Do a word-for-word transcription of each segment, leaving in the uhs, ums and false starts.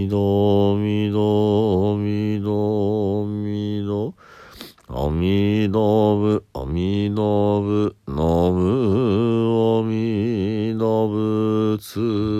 みどみどみどみどあみどぶあみどぶのむおみどぶつ。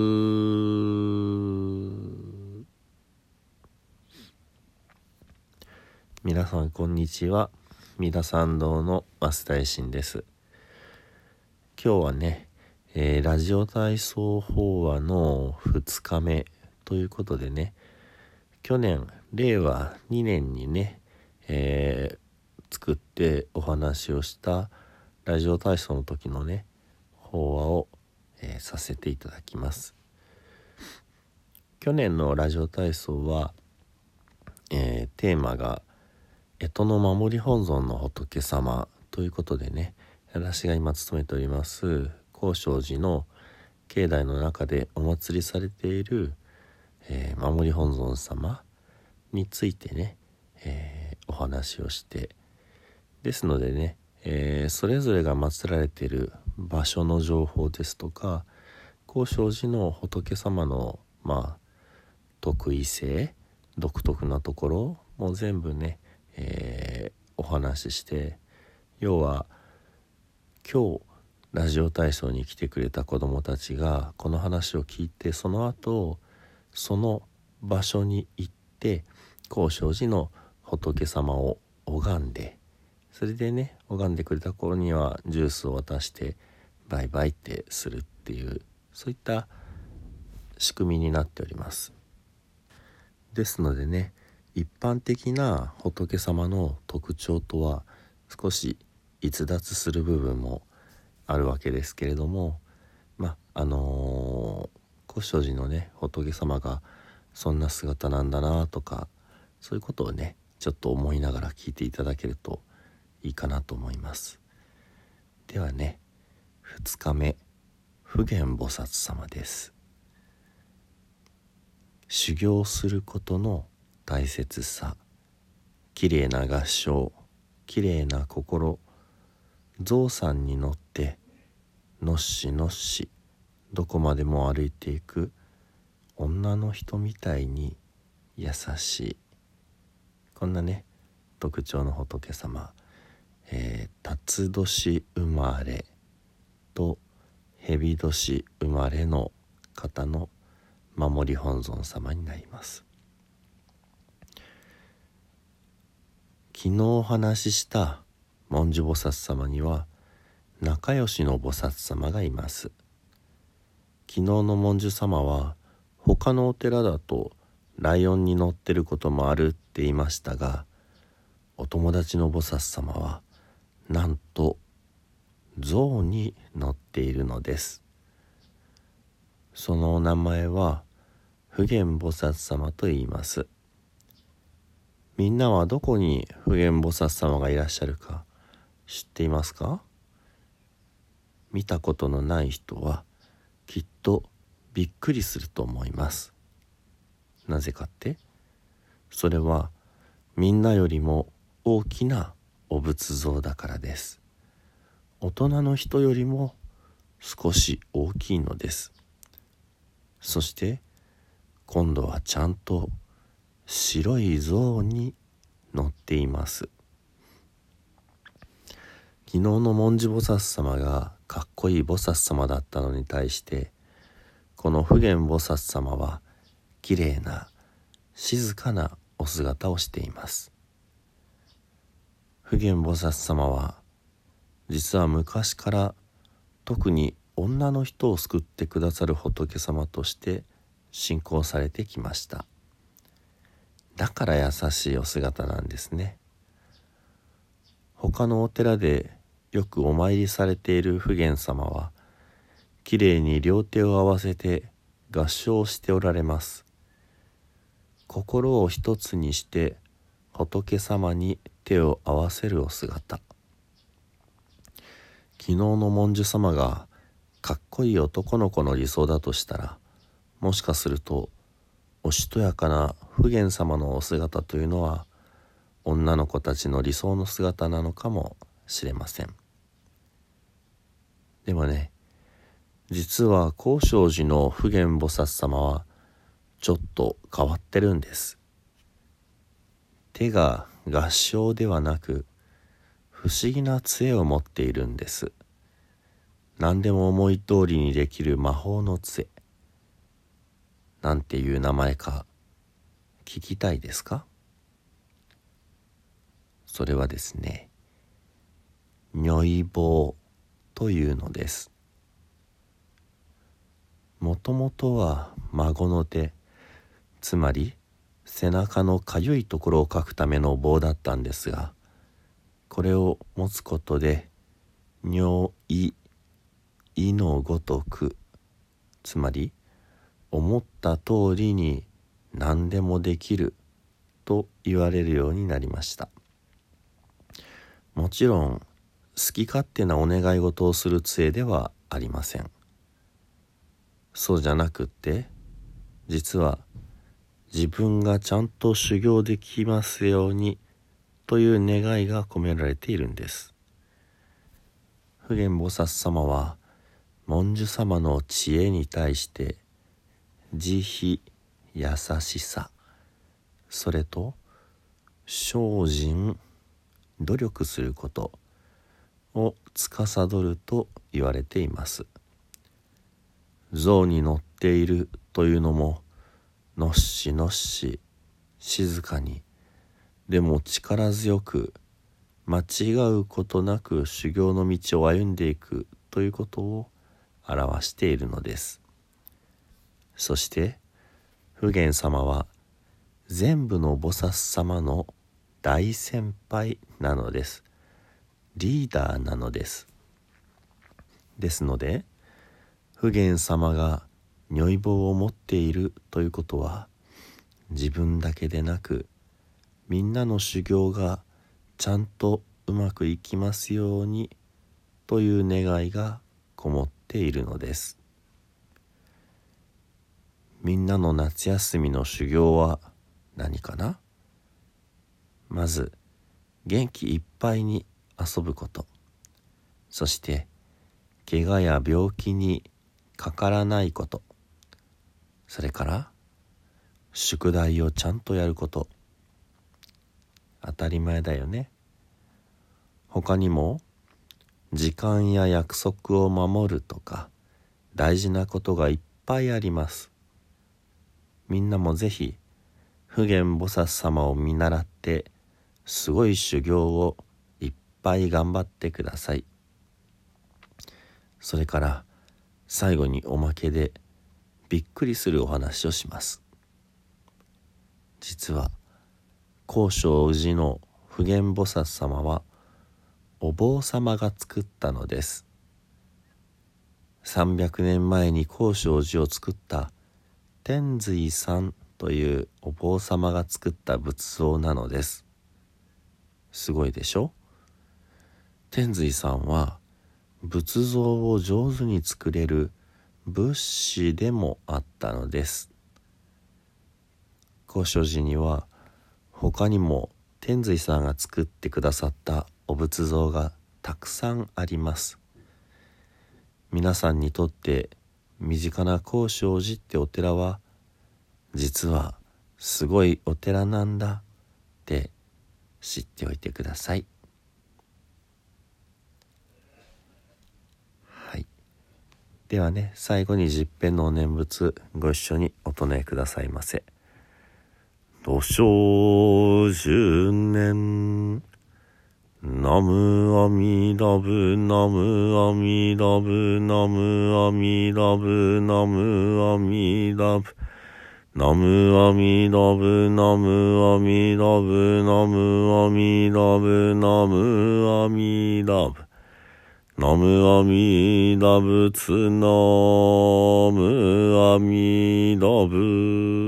皆さんこんにちは。三田参道の増大臣です。今日はね、えー、ラジオ体操法話のふつかめということでね、去年れいわにねんにね、えー、作ってお話をしたラジオ体操の時のね法話を、えー、させていただきます。去年のラジオ体操は、えー、テーマが干支の守り本尊の仏様ということでね、私が今勤めております高尚寺の境内の中でお祭りされている、えー、守り本尊様についてね、えー、お話をしてですのでね、えー、それぞれが祀られている場所の情報ですとか、高尚寺の仏様のまあ特異性、独特なところも全部ね、えー、お話しして、要は今日ラジオ体操に来てくれた子どもたちがこの話を聞いて、その後その場所に行って高尚寺の仏様を拝んで、それでね拝んでくれた頃にはジュースを渡してバイバイってするっていう、そういった仕組みになっております。ですのでね、一般的な仏様の特徴とは少し逸脱する部分もあるわけですけれども、まああのー、高尚寺のね仏様がそんな姿なんだなとか、そういうことをねちょっと思いながら聞いていただけるといいかなと思います。ではね、ふつかめ、普賢菩薩様です。修行することの大切さ、きれいな合唱、きれいな心、象さんに乗ってのっしのっしどこまでも歩いていく女の人みたいに優しい、こんなね特徴の仏様、えー、辰年生まれと蛇年生まれの方の守り本尊様になります。昨日お話しした文殊菩薩様には仲良しの菩薩様がいます。昨日の文殊様は他のお寺だとライオンに乗ってることもあるって言いましたが、お友達の菩薩様はなんと象に乗っているのです。そのお名前は普賢菩薩様と言います。みんなはどこに普賢菩薩様がいらっしゃるか知っていますか？見たことのない人はきっとびっくりすると思います。なぜかって、それはみんなよりも大きなお仏像だからです。大人の人よりも少し大きいのです。そして今度はちゃんと白い象に乗っています。昨日の文殊菩薩様がかっこいい菩薩様だったのに対して、この普賢菩薩様はきれいな静かなお姿をしています。普賢菩薩様は実は昔から特に女の人を救ってくださる仏様として信仰されてきました。 だから優しいお姿なんですね。他のお寺でよくお参りされている普賢様は、きれいに両手を合わせて合掌しておられます。心を一つにして仏様に手を合わせるお姿。昨日の文殊様がかっこいい男の子の理想だとしたら、もしかするとおしとやかな普賢様のお姿というのは女の子たちの理想の姿なのかもしれません。でもね、実は高尚寺の普賢菩薩様はちょっと変わってるんです。手が合掌ではなく、不思議な杖を持っているんです。何でも思い通りにできる魔法の杖。なんていう名前か聞きたいですか？それはですね、如意棒というのです。もともとは孫の手、つまり背中のかゆいところをかくための棒だったんですが、これを持つことで如意、意のごとく、つまり思った通りに何でもできると言われるようになりました。もちろん好き勝手なお願い事をする杖ではありません。そうじゃなくって、実は自分がちゃんと修行できますようにという願いが込められているんです。普賢菩薩様は文殊様の知恵に対して慈悲、優しさ、それと精進、努力することを司ると言われています。象に乗っているというのも、のっしのっし静かに、でも力強く、間違うことなく修行の道を歩んでいくということを表しているのです。そして普賢様は全部の菩薩様の大先輩なのです。リーダーなのです。ですので、普賢様が如意棒を持っているということは、自分だけでなくみんなの修行がちゃんとうまくいきますようにという願いがこもっているのです。みんなの夏休みの修行は何かな？まず元気いっぱいに遊ぶこと、そして怪我や病気にかからないこと、それから宿題をちゃんとやること。当たり前だよね。他にも時間や約束を守るとか大事なことがいっぱいあります。みんなもぜひ普賢菩薩様を見習ってすごい修行をいっぱい頑張ってください。それから最後におまけでびっくりするお話をします。実は高尚寺の普賢菩薩様はお坊様が作ったのです。さんびゃくねんまえに高尚寺を作った天瑞さんというお坊様が作った仏像なのです。すごいでしょ？天瑞さんは仏像を上手に作れる仏師でもあったのです。高尚寺には他にも天瑞さんが作ってくださったお仏像がたくさんあります。皆さんにとって身近な高尚寺ってお寺は実はすごいお寺なんだって知っておいてください。はい。ではね、最後に十遍のお念仏ご一緒にお唱えくださいませ。土生十年ナムアミダブナムアミダブナムアミダブナムアミダブナムアミダブナムアミダブナムアミダブナムアミダブナムアミダブツナムアミダブ